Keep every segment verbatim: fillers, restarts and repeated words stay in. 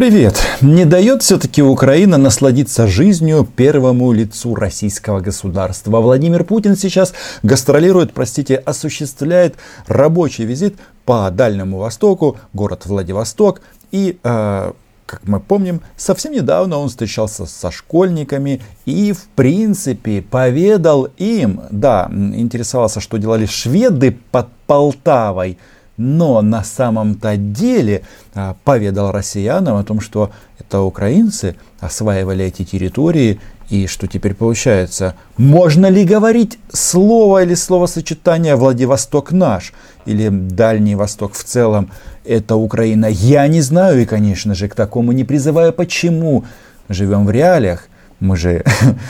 Привет! Не дает все-таки Украина насладиться жизнью первому лицу российского государства. Владимир Путин сейчас гастролирует, простите, осуществляет рабочий визит по Дальнему Востоку, город Владивосток. И, э, как мы помним, совсем недавно он встречался со школьниками и, в принципе, поведал им, да, интересовался, что делали шведы под Полтавой, но на самом-то деле а, поведал россиянам о том, что это украинцы осваивали эти территории, и что теперь получается, можно ли говорить слово или словосочетание «Владивосток наш» или «Дальний Восток» в целом, это Украина? Я не знаю и, конечно же, к такому не призываю. Почему? Мы живем в реалиях, мы же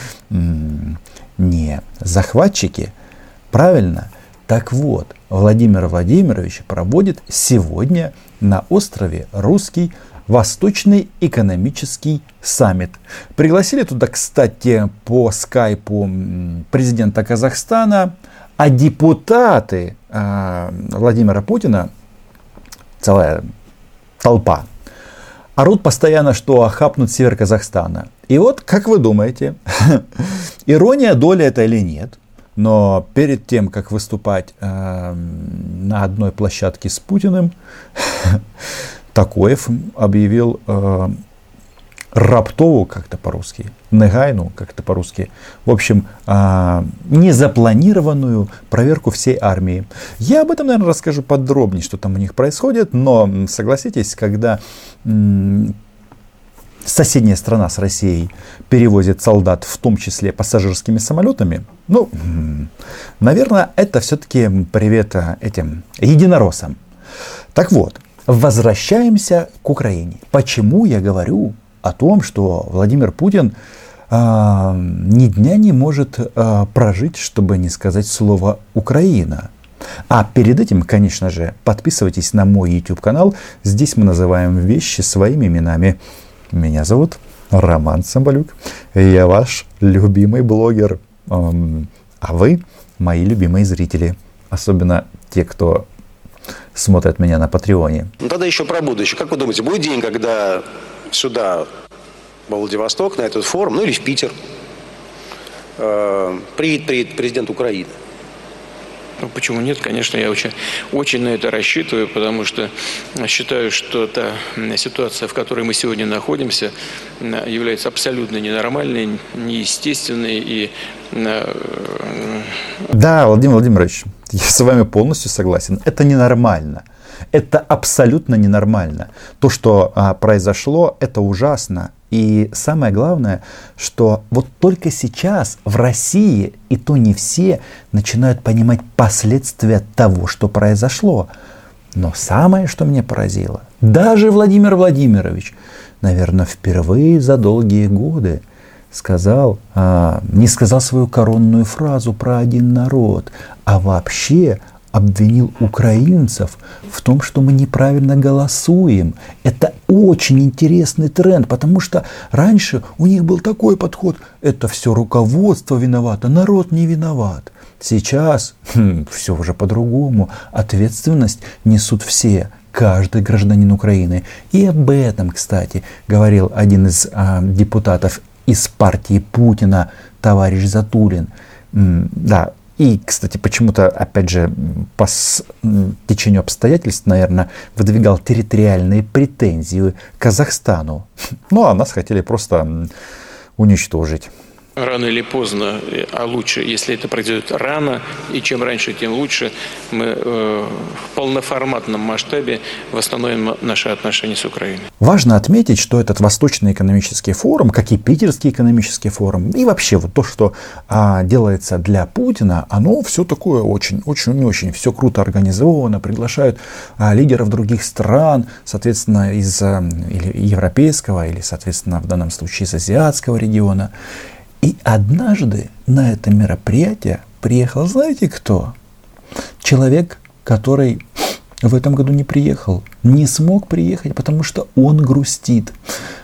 не захватчики, правильно? Так вот, Владимир Владимирович проводит сегодня на острове Русский Восточный экономический саммит. Пригласили туда, кстати, по скайпу президента Казахстана, а депутаты э, Владимира Путина, целая толпа, орут постоянно, что охапнут север Казахстана. И вот, как вы думаете, ирония доля это или нет? Но перед тем, как выступать э, на одной площадке с Путиным, Такоев объявил э, раптову, как-то по-русски, негайну, как-то по-русски, в общем, э, незапланированную проверку всей армии. Я об этом, наверное, расскажу подробнее, что там у них происходит, но согласитесь, когда э, соседняя страна с Россией перевозит солдат, в том числе пассажирскими самолетами, ну, наверное, это все-таки привет этим единороссам. Так вот, возвращаемся к Украине. Почему я говорю о том, что Владимир Путин э, ни дня не может э, прожить, чтобы не сказать слово «Украина». А перед этим, конечно же, подписывайтесь на мой YouTube канал. Здесь мы называем вещи своими именами. Меня зовут Роман Цымбалюк. Я ваш любимый блогер. А вы мои любимые зрители. Особенно те, кто смотрит меня на Патреоне. Ну тогда еще про будущее. Как вы думаете, будет день, когда сюда, во Владивосток, на этот форум, ну или в Питер, э, приедет, приедет президент Украины? Ну, почему нет? Конечно, я очень, очень на это рассчитываю, потому что считаю, что та ситуация, в которой мы сегодня находимся, является абсолютно ненормальной, неестественной. И... Да, Владимир Владимирович, я с вами полностью согласен. Это ненормально. Это абсолютно ненормально. То, что а, произошло, это ужасно. И самое главное, что вот только сейчас в России, и то не все, начинают понимать последствия того, что произошло. Но самое, что меня поразило, даже Владимир Владимирович, наверное, впервые за долгие годы сказал, а, не сказал свою коронную фразу про один народ, а вообще обвинил украинцев в том, что мы неправильно голосуем. Это очень интересный тренд, потому что раньше у них был такой подход: это все руководство виновато, народ не виноват. Сейчас хм, все уже по-другому. Ответственность несут все, каждый гражданин Украины. И об этом, кстати, говорил один из а, депутатов из партии Путина, товарищ Затулин. М, да. И, кстати, почему-то, опять же, по течению обстоятельств, наверное, выдвигал территориальные претензии Казахстану. Ну, а нас хотели просто уничтожить. Рано или поздно, а лучше, если это произойдет рано, и чем раньше, тем лучше, мы э, в полноформатном масштабе восстановим наши отношения с Украиной. Важно отметить, что этот Восточный экономический форум, как и Питерский экономический форум, и вообще вот то, что а, делается для Путина, оно все такое очень-очень-очень, все круто организовано, приглашают а, лидеров других стран, соответственно, из а, или европейского, или, соответственно, в данном случае из азиатского региона. И однажды на это мероприятие приехал, знаете кто? Человек, который в этом году не приехал, не смог приехать, потому что он грустит.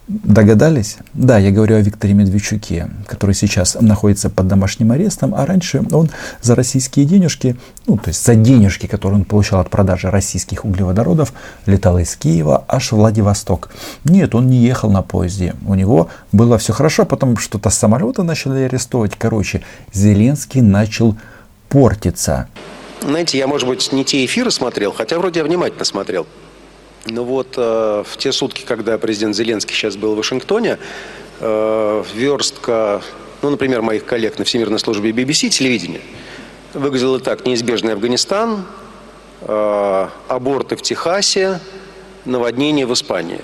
Догадались? Да, я говорю о Викторе Медведчуке, который сейчас находится под домашним арестом, а раньше он за российские денежки, ну, то есть за денежки, которые он получал от продажи российских углеводородов, летал из Киева аж в Владивосток. Нет, он не ехал на поезде. У него было все хорошо, потом что-то с самолета начали арестовывать. Короче, Зеленский начал портиться. Знаете, я, может быть, не те эфиры смотрел, хотя вроде я внимательно смотрел. Но вот э, в те сутки, когда президент Зеленский сейчас был в Вашингтоне, э, верстка, ну, например, моих коллег на Всемирной службе би би си телевидения выглядела так: неизбежный Афганистан, э, аборты в Техасе, наводнение в Испании.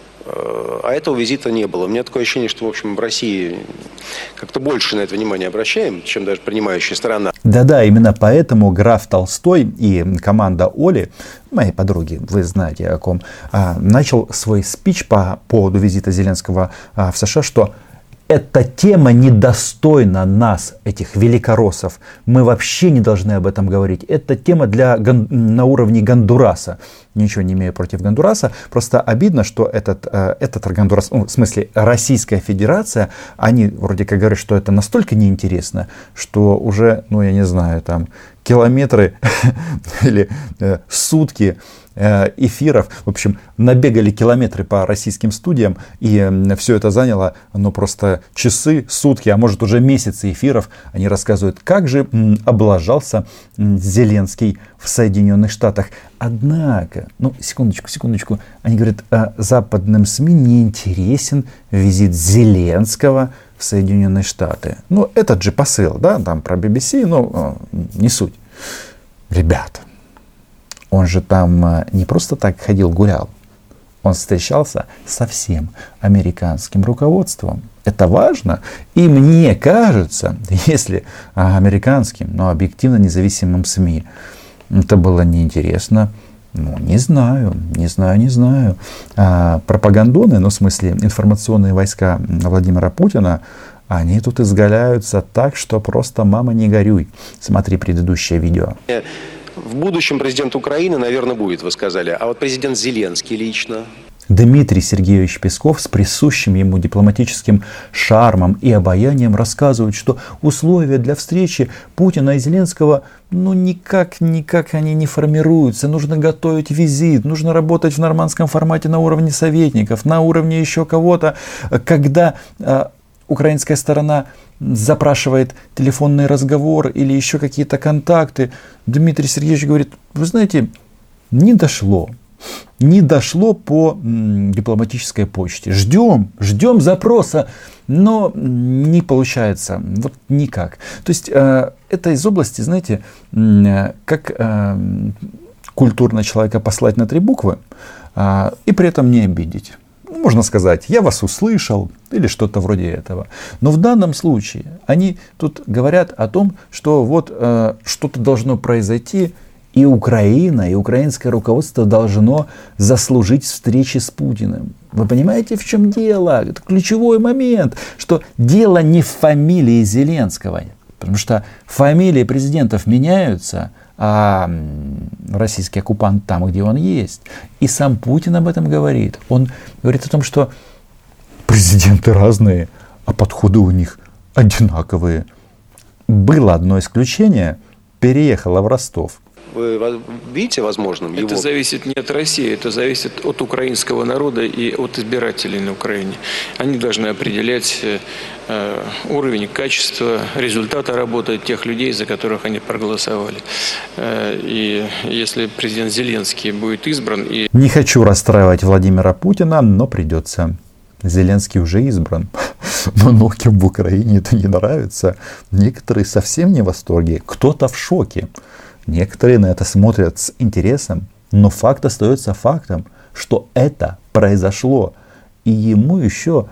Э, а этого визита не было. У меня такое ощущение, что, в общем, в России как-то больше на это внимание обращаем, чем даже принимающая сторона. Да-да, именно поэтому граф Толстой и команда Оли, моей подруги, вы знаете о ком, начал свой спич по поводу визита Зеленского в США, что эта тема недостойна нас, этих великороссов. Мы вообще не должны об этом говорить. Это тема для, на уровне Гондураса. Ничего не имею против Гондураса. Просто обидно, что этот, этот Гондурас, ну, в смысле Российская Федерация, они вроде как говорят, что это настолько неинтересно, что уже, ну я не знаю, там километры или э, сутки э, эфиров, в общем, набегали километры по российским студиям, и э, все это заняло, ну, просто часы, сутки, а может уже месяцы эфиров. Они рассказывают, как же м, облажался м, Зеленский в Соединенных Штатах. Однако, ну, секундочку, секундочку, они говорят, а западным СМИ не интересен визит Зеленского в Соединенные Штаты. Ну, этот же посыл, да, там про би би си, ну, не суть. Ребят, он же там не просто так ходил, гулял. Он встречался со всем американским руководством. Это важно. И мне кажется, если американским, но объективно независимым СМИ это было неинтересно, ну, не знаю, не знаю, не знаю. А пропагандоны, ну, в смысле, информационные войска Владимира Путина, они тут изгаляются так, что просто мама не горюй. Смотри предыдущее видео. В будущем президент Украины, наверное, будет, вы сказали. А вот президент Зеленский лично? Дмитрий Сергеевич Песков с присущим ему дипломатическим шармом и обаянием рассказывает, что условия для встречи Путина и Зеленского ну никак, никак они не формируются. Нужно готовить визит, нужно работать в нормандском формате на уровне советников, на уровне еще кого-то. Когда э, украинская сторона запрашивает телефонный разговор или еще какие-то контакты, Дмитрий Сергеевич говорит, вы знаете, не дошло. Не дошло по м, дипломатической почте. Ждем, ждем запроса, но не получается. Вот никак. То есть э, это из области, знаете, э, как э, культурно человека послать на три буквы э, и при этом не обидеть. Ну, можно сказать, я вас услышал или что-то вроде этого. Но в данном случае они тут говорят о том, что вот э, что-то должно произойти. И Украина, и украинское руководство должно заслужить встречи с Путиным. Вы понимаете, в чем дело? Это ключевой момент, что дело не в фамилии Зеленского. Потому что фамилии президентов меняются, а российский оккупант там, где он есть. И сам Путин об этом говорит. Он говорит о том, что президенты разные, а подходы у них одинаковые. Было одно исключение, переехала в Ростов. Вы видите возможным его? Это зависит не от России, это зависит от украинского народа и от избирателей на Украине. Они должны определять э, уровень, качество, результата работы тех людей, за которых они проголосовали. Э, и если президент Зеленский будет избран... И... Не хочу расстраивать Владимира Путина, но придется. Зеленский уже избран. Многим в Украине это не нравится. Некоторые совсем не в восторге, кто-то в шоке. Некоторые на это смотрят с интересом, но факт остается фактом, что это произошло. И ему еще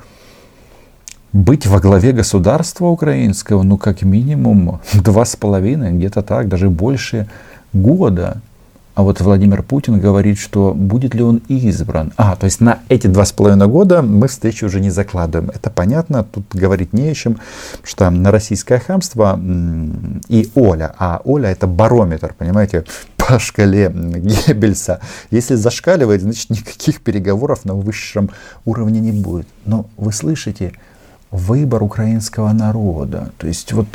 быть во главе государства украинского, ну как минимум два с половиной, где-то так, даже больше года. А вот Владимир Путин говорит, что будет ли он избран. А, то есть на эти два с половиной года мы встречи уже не закладываем. Это понятно, тут говорить не о чем, что на российское хамство и Оля. А Оля это барометр, понимаете, по шкале Геббельса. Если зашкаливает, значит никаких переговоров на высшем уровне не будет. Но вы слышите, выбор украинского народа. То есть вот,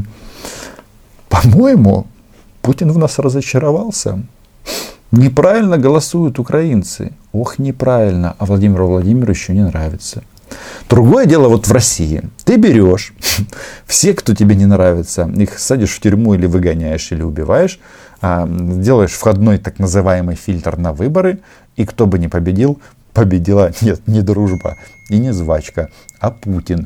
по-моему, Путин в нас разочаровался. Неправильно голосуют украинцы. Ох, неправильно. А Владимиру Владимировичу не нравится. Другое дело вот в России. Ты берешь все, кто тебе не нравится, их садишь в тюрьму или выгоняешь, или убиваешь, делаешь входной так называемый фильтр на выборы, и кто бы ни победил, победила, нет, не дружба и не жвачка, а Путин.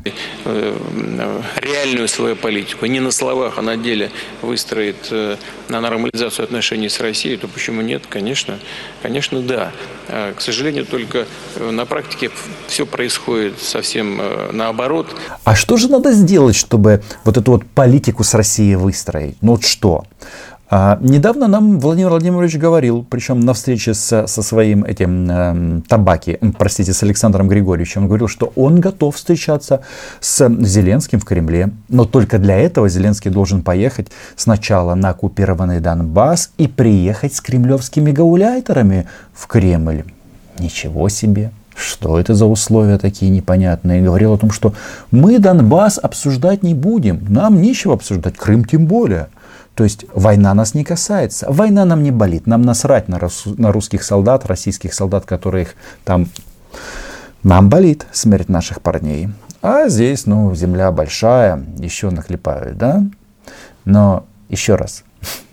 Реальную свою политику, не на словах, а на деле выстроит на нормализацию отношений с Россией, то почему нет? Конечно, конечно, да. К сожалению, только на практике все происходит совсем наоборот. А что же надо сделать, чтобы вот эту вот политику с Россией выстроить? Ну вот что? А, недавно нам Владимир Владимирович говорил, причем на встрече со, со своим этим э, табаки, простите, с Александром Григорьевичем, он говорил, что он готов встречаться с Зеленским в Кремле. Но только для этого Зеленский должен поехать сначала на оккупированный Донбасс и приехать с кремлевскими гауляйтерами в Кремль. Ничего себе! Что это за условия такие непонятные? И говорил о том, что мы Донбасс обсуждать не будем, нам нечего обсуждать, Крым тем более. То есть война нас не касается, война нам не болит, нам насрать на, рус, на русских солдат, российских солдат, которые их там... Нам болит смерть наших парней. А здесь, ну, земля большая, еще наклепают, да? Но еще раз,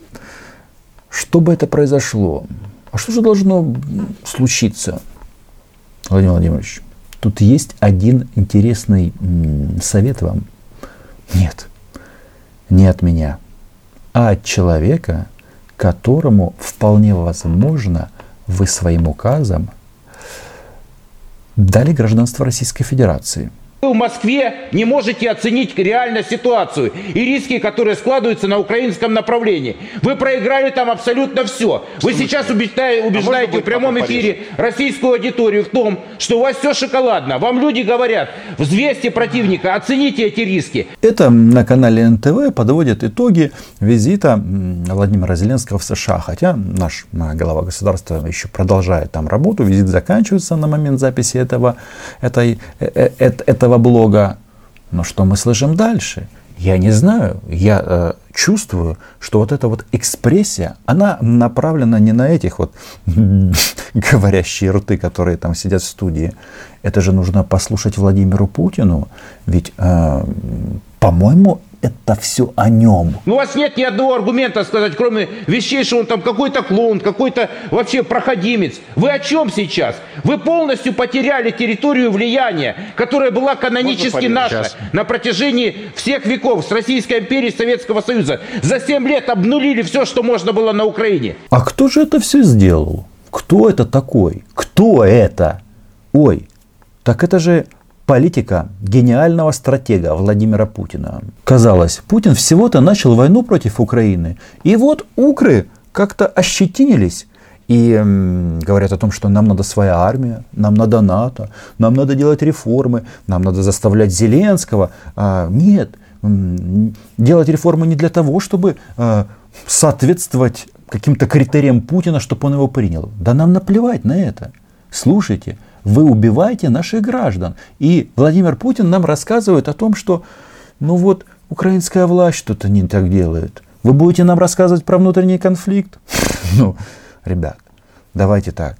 чтобы это произошло, а что же должно случиться, Владимир Владимирович? Тут есть один интересный м- совет вам. Нет, не от меня, а от человека, которому вполне возможно вы своим указом дали гражданство Российской Федерации. Вы в Москве не можете оценить реально ситуацию и риски, которые складываются на украинском направлении. Вы проиграли там абсолютно все. Вы сейчас убеждаете, убеждаете а в прямом эфире российскую аудиторию в том, что у вас все шоколадно. Вам люди говорят, взвесьте противника, оцените эти риски. Это на канале эн тэ вэ подводят итоги визита Владимира Зеленского в США. Хотя наш глава государства еще продолжает там работу. Визит заканчивается на момент записи этого, этой, этого блога. Но что мы слышим дальше? Я не знаю. Я э, чувствую, что вот эта вот экспрессия, она направлена не на этих вот говорящие рты, которые там сидят в студии. Это же нужно послушать Владимиру Путину. Ведь, э, по-моему, это все о нем. У вас нет ни одного аргумента сказать, кроме вещей, что он там какой-то клоун, какой-то вообще проходимец. Вы о чем сейчас? Вы полностью потеряли территорию влияния, которая была канонически наша сейчас на протяжении всех веков с Российской империи, Советского Союза. За семь лет обнулили все, что можно было на Украине. А кто же это все сделал? Кто это такой? Кто это? Ой, так это же... политика гениального стратега Владимира Путина. Казалось, Путин всего-то начал войну против Украины. И вот укры как-то ощетинились. И м, говорят о том, что нам надо своя армия, нам надо НАТО, нам надо делать реформы, нам надо заставлять Зеленского. А, нет, м, делать реформы не для того, чтобы а, соответствовать каким-то критериям Путина, чтобы он его принял. Да нам наплевать на это. Слушайте. Вы убиваете наших граждан. И Владимир Путин нам рассказывает о том, что ну вот украинская власть что-то не так делает. Вы будете нам рассказывать про внутренний конфликт? Ну, ребят, давайте так.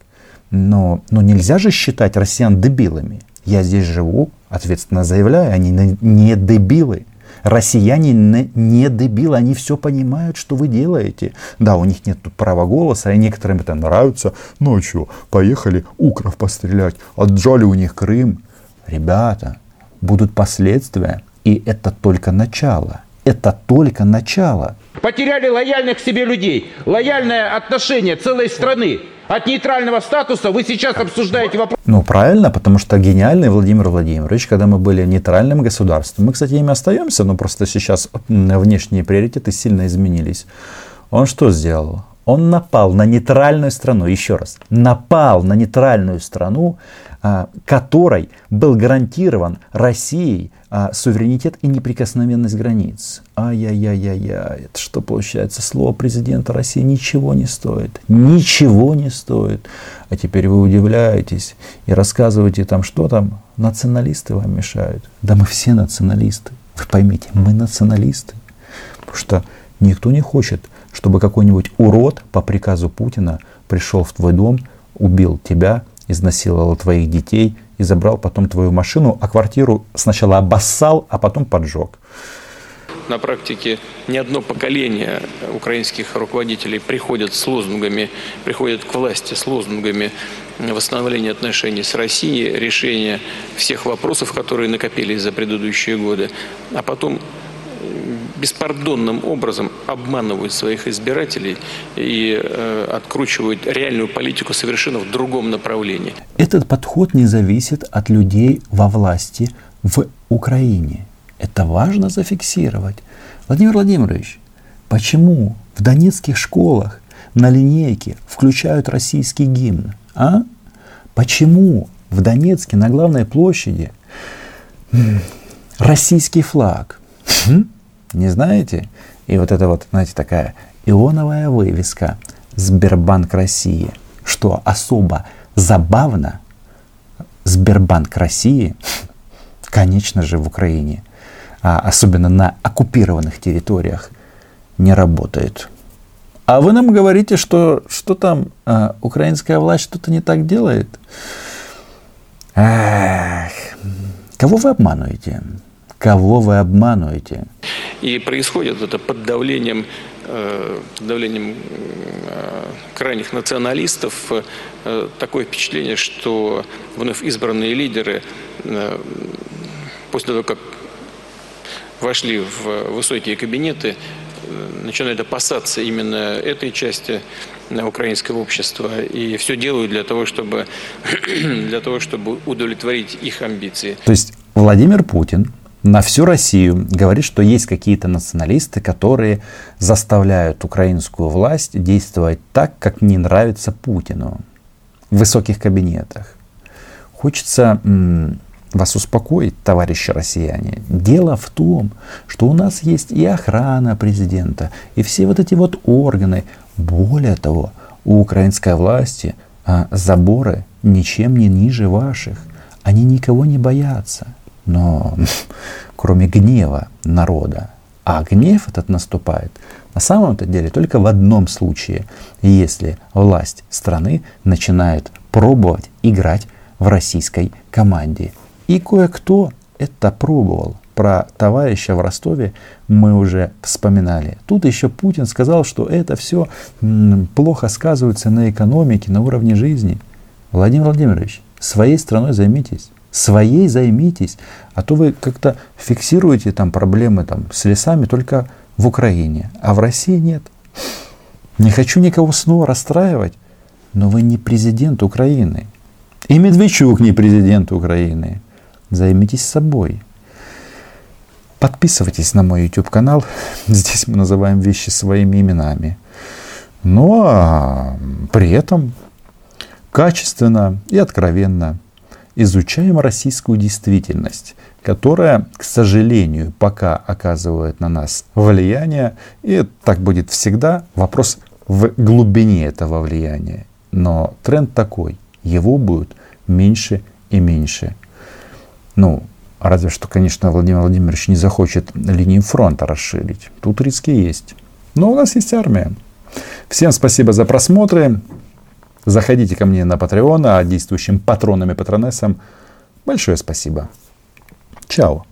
Но, но нельзя же считать россиян дебилами. Я здесь живу, ответственно заявляю, они не дебилы. Россияне не дебилы, они все понимают, что вы делаете. Да, у них нет тут права голоса, и некоторым это нравится. Ну а что, поехали укров пострелять, отжали у них Крым. Ребята, будут последствия, и это только начало. Это только начало. Потеряли лояльных к себе людей, лояльное отношение целой страны. От нейтрального статуса вы сейчас обсуждаете вопрос. Ну, правильно, потому что гениальный Владимир Владимирович, когда мы были нейтральным государством, мы, кстати, ими остаемся, но просто сейчас внешние приоритеты сильно изменились. Он что сделал? Он напал на нейтральную страну, еще раз, напал на нейтральную страну, которой был гарантирован Россией суверенитет и неприкосновенность границ. Ай-яй-яй-яй-яй. Это что получается? Слово президента России ничего не стоит. Ничего не стоит. А теперь вы удивляетесь и рассказываете там, что там националисты вам мешают. Да мы все националисты. Вы поймите, мы националисты. Потому что никто не хочет, чтобы какой-нибудь урод по приказу Путина пришел в твой дом, убил тебя, изнасиловал твоих детей и забрал потом твою машину, а квартиру сначала обоссал, а потом поджег. На практике ни одно поколение украинских руководителей приходят с лозунгами, приходят к власти с лозунгами восстановления отношений с Россией, решения всех вопросов, которые накопились за предыдущие годы, а потом беспардонным образом обманывают своих избирателей и э, откручивают реальную политику совершенно в другом направлении. Этот подход не зависит от людей во власти в Украине. Это важно зафиксировать. Владимир Владимирович, почему в донецких школах на линейке включают российский гимн? А? Почему в Донецке на главной площади российский флаг? Не знаете? И вот это вот, знаете, такая ионовая вывеска «Сбербанк России». Что особо забавно, Сбербанк России, конечно же, в Украине, а особенно на оккупированных территориях, не работает. А вы нам говорите, что, что там а, украинская власть что-то не так делает? Эх, кого вы обманываете? Кого вы обманываете? И происходит это под давлением, э, под давлением э, крайних националистов. Э, такое впечатление, что вновь избранные лидеры э, после того, как вошли в высокие кабинеты, э, начинают опасаться именно этой части украинского общества и все делают для того, чтобы, для того, чтобы удовлетворить их амбиции. То есть Владимир Путин на всю Россию говорит, что есть какие-то националисты, которые заставляют украинскую власть действовать так, как не нравится Путину в высоких кабинетах. Хочется м- вас успокоить, товарищи россияне. Дело в том, что у нас есть и охрана президента, и все вот эти вот органы. Более того, у украинской власти а, заборы ничем не ниже ваших. Они никого не боятся. Но кроме гнева народа, а гнев этот наступает на самом-то деле только в одном случае, если власть страны начинает пробовать играть в российской команде. И кое-кто это пробовал. Про товарища в Ростове мы уже вспоминали. Тут еще Путин сказал, что это все м, плохо сказывается на экономике, на уровне жизни. Владимир Владимирович, своей страной займитесь. Своей займитесь, а то вы как-то фиксируете там проблемы там, с лесами только в Украине, а в России нет. Не хочу никого снова расстраивать, но вы не президент Украины. И Медведчук не президент Украины. Займитесь собой. Подписывайтесь на мой YouTube канал. Здесь мы называем вещи своими именами. Ну а при этом качественно и откровенно изучаем российскую действительность, которая, к сожалению, пока оказывает на нас влияние, и так будет всегда. Вопрос в глубине этого влияния. Но тренд такой, его будет меньше и меньше. Ну, разве что, конечно, Владимир Владимирович не захочет линию фронта расширить. Тут риски есть. Но у нас есть армия. Всем спасибо за просмотры. Заходите ко мне на Patreon, а действующим патронам и патронессам большое спасибо. Чао.